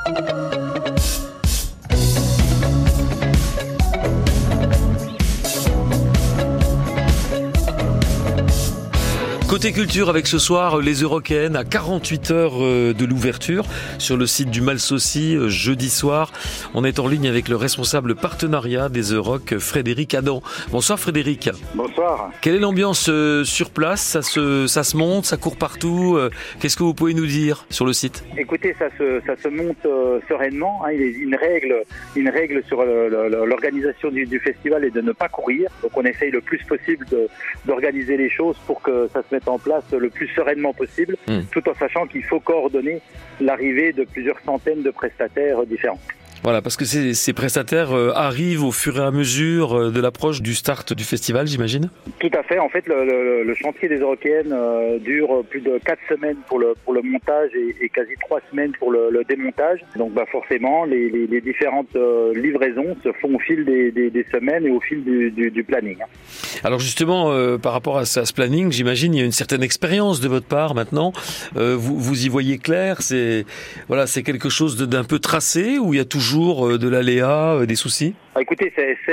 Côté culture avec ce soir les Eurokéennes à 48 heures de l'ouverture sur le site du Malsaucy jeudi soir. On est en ligne avec le responsable partenariat des Euroc, Frédéric Adam. Bonsoir Frédéric. Bonsoir. Quelle est l'ambiance sur place ? Ça se monte, ça court partout. Qu'est-ce que vous pouvez nous dire sur le site ? Écoutez, ça se monte sereinement. Il y a une règle sur l'organisation du festival est de ne pas courir. Donc on essaye le plus possible d'organiser les choses pour que ça se mette en place le plus sereinement possible, tout en sachant qu'il faut coordonner l'arrivée de plusieurs centaines de prestataires différents. Voilà, parce que ces prestataires arrivent au fur et à mesure de l'approche du start du festival, j'imagine ? Tout à fait. En fait, le chantier des Eurokéennes dure plus de 4 semaines pour le montage et quasi 3 semaines pour le démontage. Donc forcément, les différentes livraisons se font au fil des semaines et au fil du planning. Alors justement, par rapport à ce planning, j'imagine il y a une certaine expérience de votre part maintenant. Vous y voyez clair, c'est quelque chose d'un peu tracé ou il y a toujours de l'aléa, des soucis ? Écoutez,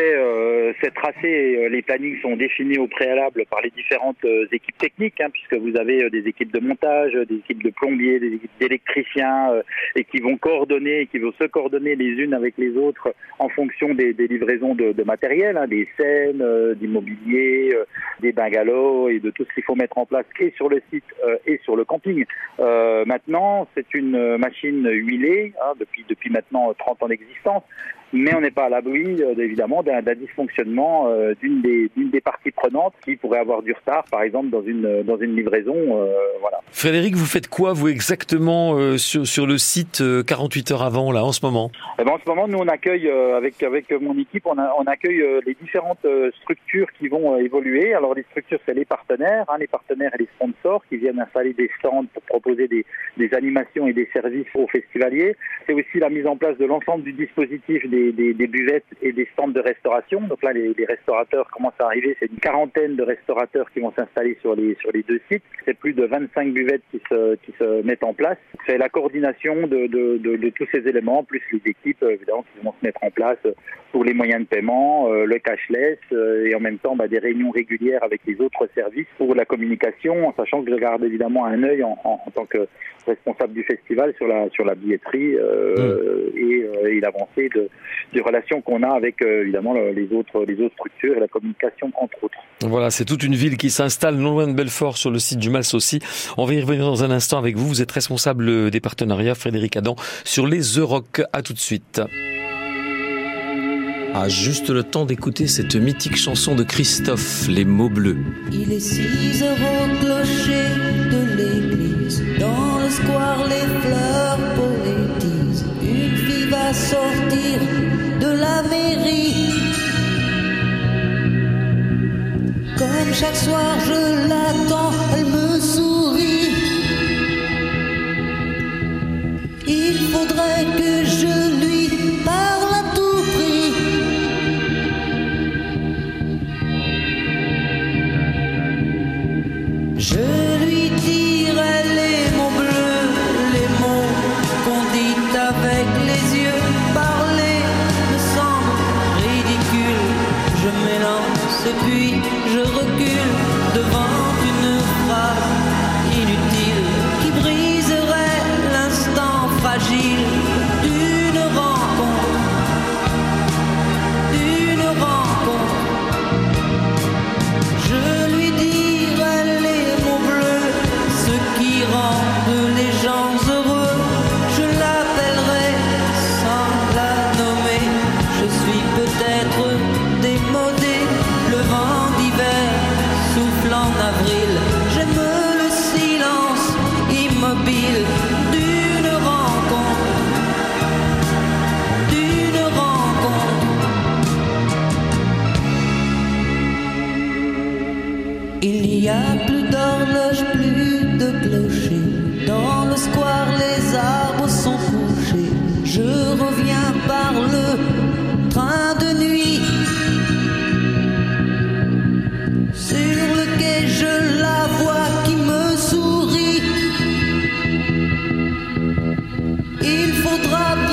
c'est tracé, les plannings sont définis au préalable par les différentes équipes techniques, puisque vous avez des équipes de montage, des équipes de plombiers, des équipes d'électriciens, et qui vont se coordonner les unes avec les autres en fonction des livraisons de matériel, des scènes, d'immobilier, des bungalows et de tout ce qu'il faut mettre en place et sur le site et sur le camping. Maintenant, c'est une machine huilée, depuis maintenant 30 ans d'existence. Mais on n'est pas à l'abri, évidemment, d'un dysfonctionnement d'une des parties prenantes qui pourrait avoir du retard, par exemple, dans une livraison. Voilà. Frédéric, vous faites quoi, vous, exactement, sur le site 48 heures avant, là, en ce moment ? En ce moment, nous, on accueille, avec mon équipe, on accueille les différentes structures qui vont évoluer. Alors, les structures, c'est les partenaires et les sponsors qui viennent installer des stands pour proposer des animations et des services aux festivaliers. C'est aussi la mise en place de l'ensemble du dispositif des buvettes et des stands de restauration. Donc là, les restaurateurs commencent à arriver. C'est une quarantaine de restaurateurs qui vont s'installer sur les deux sites. C'est plus de 25 buvettes qui se mettent en place. C'est la coordination de tous ces éléments, plus les équipes, évidemment, qui vont se mettre en place pour les moyens de paiement, le cashless, et en même temps, des réunions régulières avec les autres services pour la communication, en sachant que je garde évidemment un œil en tant que responsable du festival sur la billetterie et l'avancée des relations qu'on a avec évidemment les autres structures et la communication entre autres. Voilà, c'est toute une ville qui s'installe non loin de Belfort sur le site du Malsaucy. On va y revenir dans un instant avec vous. Vous êtes responsable des partenariats, Frédéric Adam, sur les Euroc. À tout de suite. Ah, juste le temps d'écouter cette mythique chanson de Christophe, Les mots bleus. Il est 6 heures au clocher de l'église. Dans le square, les fleurs poétisent. Une fille va sortir de la mairie. Comme chaque soir, je l'attends, elle me sourit. Il faudrait que je lui parle à tout prix. Je lui dirai les mots bleus, les mots qu'on dit avec les yeux. Parler me semble ridicule. Je m'élance et puis je recule devant une phrase inutile qui briserait l'instant fragile d'une rencontre. Je lui dirai les mots bleus, ce qui rendent les gens heureux. Je l'appellerai sans la nommer. Je suis peut-être démodé, le vent d'hiver souffle en avril. J'aime le silence immobile d'une rencontre. Il n'y a plus d'horloge, plus de clocher. Dans le square, les arbres sont couchés. Je reviens par le train de nuit. Sur le quai, je la vois qui me sourit. Il faudra bien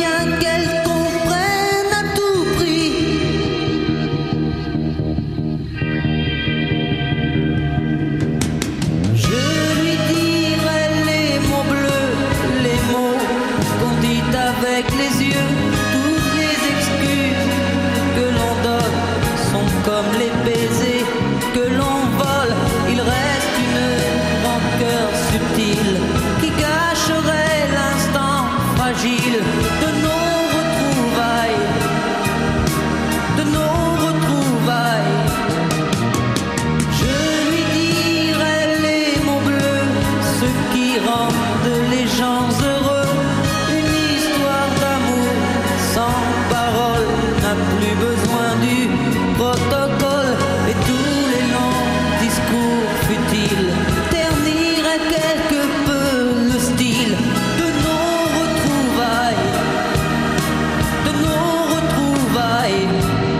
fragile de nos retrouvailles, de nos retrouvailles. Je lui dirai les mots bleus, ceux qui rendent les gens heureux. Une histoire d'amour sans parole n'a plus besoin du protocole, et tous les longs discours futiles terniraient quelque peu le style de nos retrouvailles, de nos retrouvailles.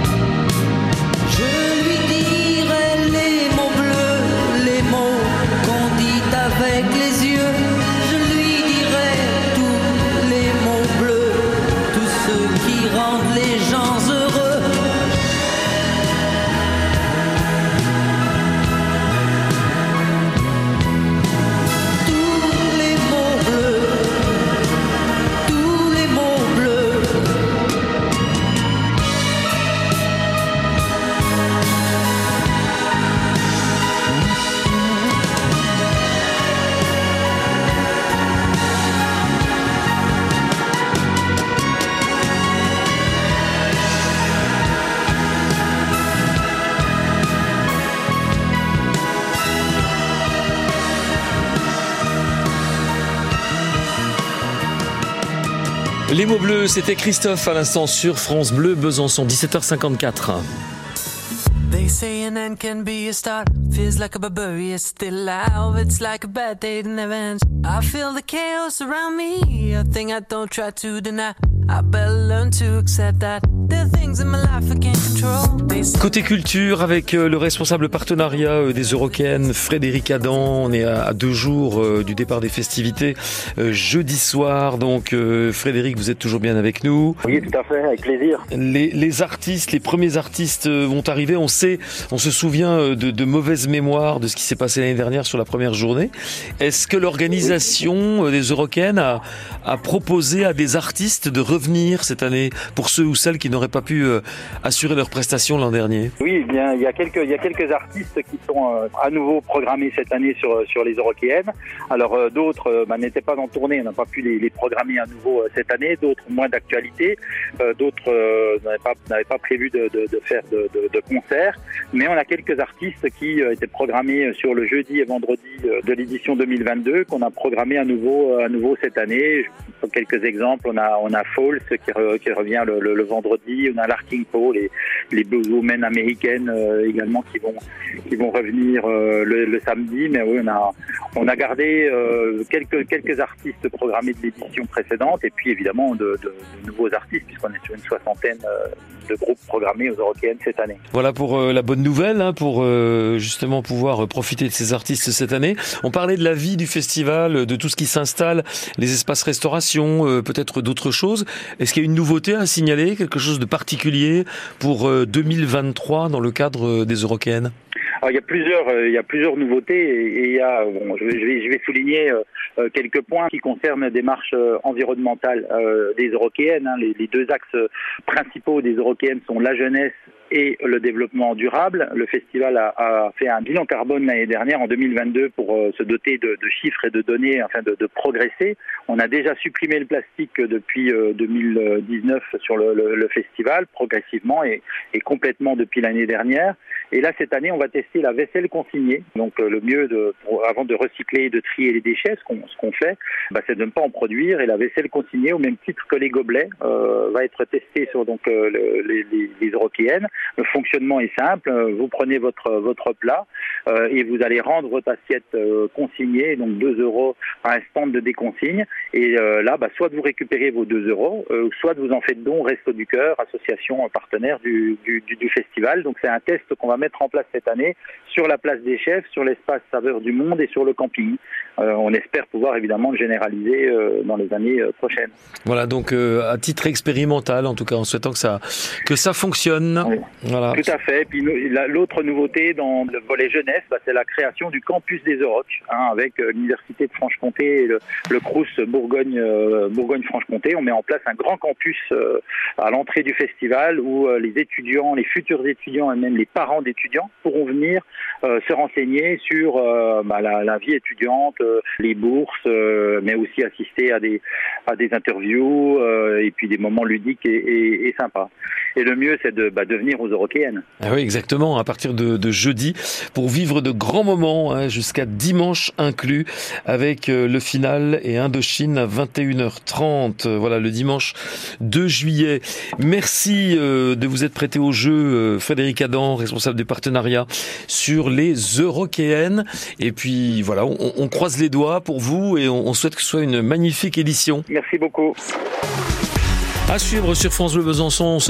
Je lui dirai les mots bleus, les mots qu'on dit avec les yeux. Je lui dirai tous les mots bleus, tous ceux qui rendent les gens heureux. Tous les mots bleus, tous les mots bleus. Les mots bleus, c'était Christophe à l'instant sur France Bleu Besançon, 17h54. They say an end can be a start. Feels like a barbarian still alive. It's like a bad day that never ends. I feel the chaos around me, a thing I don't try to deny. I better learn to accept that there are things in my life I can't control. Côté culture, avec le responsable partenariat des Eurockéennes, Frédéric Adam, on est à 2 jours du départ des festivités, jeudi soir. Donc Frédéric, vous êtes toujours bien avec nous? Oui, tout à fait, avec plaisir. Les artistes, les premiers artistes vont arriver. On se souvient de mauvaises mémoires de ce qui s'est passé l'année dernière sur la première journée. Est-ce que l'organisation des Eurockéennes a proposé à des artistes de revenir cette année pour ceux ou celles qui n'auraient pas pu assurer leurs prestations l'an dernier? Oui, bien, il y a quelques artistes qui sont à nouveau programmés cette année sur les Eurockéennes. Alors d'autres n'étaient pas en tournée, on n'a pas pu les programmer à nouveau cette année. D'autres moins d'actualité, d'autres n'avaient pas prévu de faire de concerts. Mais on a quelques artistes qui étaient programmés sur le jeudi et vendredi de l'édition 2022 qu'on a programmé à nouveau cette année. Pour quelques exemples, on a Falls qui revient le vendredi, on a Larking Poe, les Blues Women américaines également qui vont revenir le samedi. Mais oui, on a gardé quelques artistes programmés de l'édition précédente, et puis évidemment de nouveaux artistes, puisqu'on est sur une soixantaine de groupes programmés aux Eurockéennes cette année. Voilà pour la bonne nouvelle, pour justement pouvoir profiter de ces artistes cette année. On parlait de la vie du festival, de tout ce qui s'installe, les espaces restauration, peut-être d'autres choses. Est-ce qu'il y a une nouveauté à signaler, quelque chose de particulier pour 2023 dans le cadre des Eurockéennes? Alors, il y a plusieurs nouveautés, et il y a, je vais souligner quelques points qui concernent la démarche environnementale des Eurockéennes. Les deux axes principaux des Eurockéennes sont la jeunesse et le développement durable. Le festival a fait un bilan carbone l'année dernière, en 2022, pour se doter de chiffres et de données, afin de progresser. On a déjà supprimé le plastique depuis 2019 sur le festival, progressivement et complètement depuis l'année dernière. Et là, cette année, on va tester la vaisselle consignée. Donc, le mieux avant de recycler et de trier les déchets, ce qu'on fait, c'est de ne pas en produire. Et la vaisselle consignée, au même titre que les gobelets, va être testée sur les Eurockéennes. Le fonctionnement est simple. Vous prenez votre plat et vous allez rendre votre assiette consignée, donc 2 € à un stand de déconsigne. Et là, soit vous récupérez vos 2 €, soit vous en faites don au Resto du Cœur, association partenaire du festival. Donc, c'est un test qu'on va mettre en place cette année sur la place des Chefs, sur l'espace Saveurs du Monde et sur le camping. On espère pouvoir évidemment le généraliser dans les années prochaines. Voilà, donc à titre expérimental, en tout cas, en souhaitant que ça fonctionne. Oui. Voilà. Tout à fait. Et puis l'autre nouveauté dans le volet jeunesse, c'est la création du campus des Eurocs, avec l'Université de Franche-Comté et le Crous Bourgogne-Franche-Comté. On met en place un grand campus à l'entrée du festival où les étudiants, les futurs étudiants et même les parents étudiants pourront venir se renseigner sur la vie étudiante, les bourses, mais aussi assister à des interviews et puis des moments ludiques et sympas. Et le mieux, c'est de venir aux Eurokéennes. Ah oui, exactement, à partir de jeudi, pour vivre de grands moments, jusqu'à dimanche inclus, avec le final et Indochine à 21h30. Voilà, le dimanche 2 juillet. Merci de vous être prêté au jeu, Frédéric Adam, responsable du partenariat sur les Eurokéennes. Et puis voilà, on croise les doigts pour vous et on souhaite que ce soit une magnifique édition. Merci beaucoup. À suivre sur France Bleu Besançon.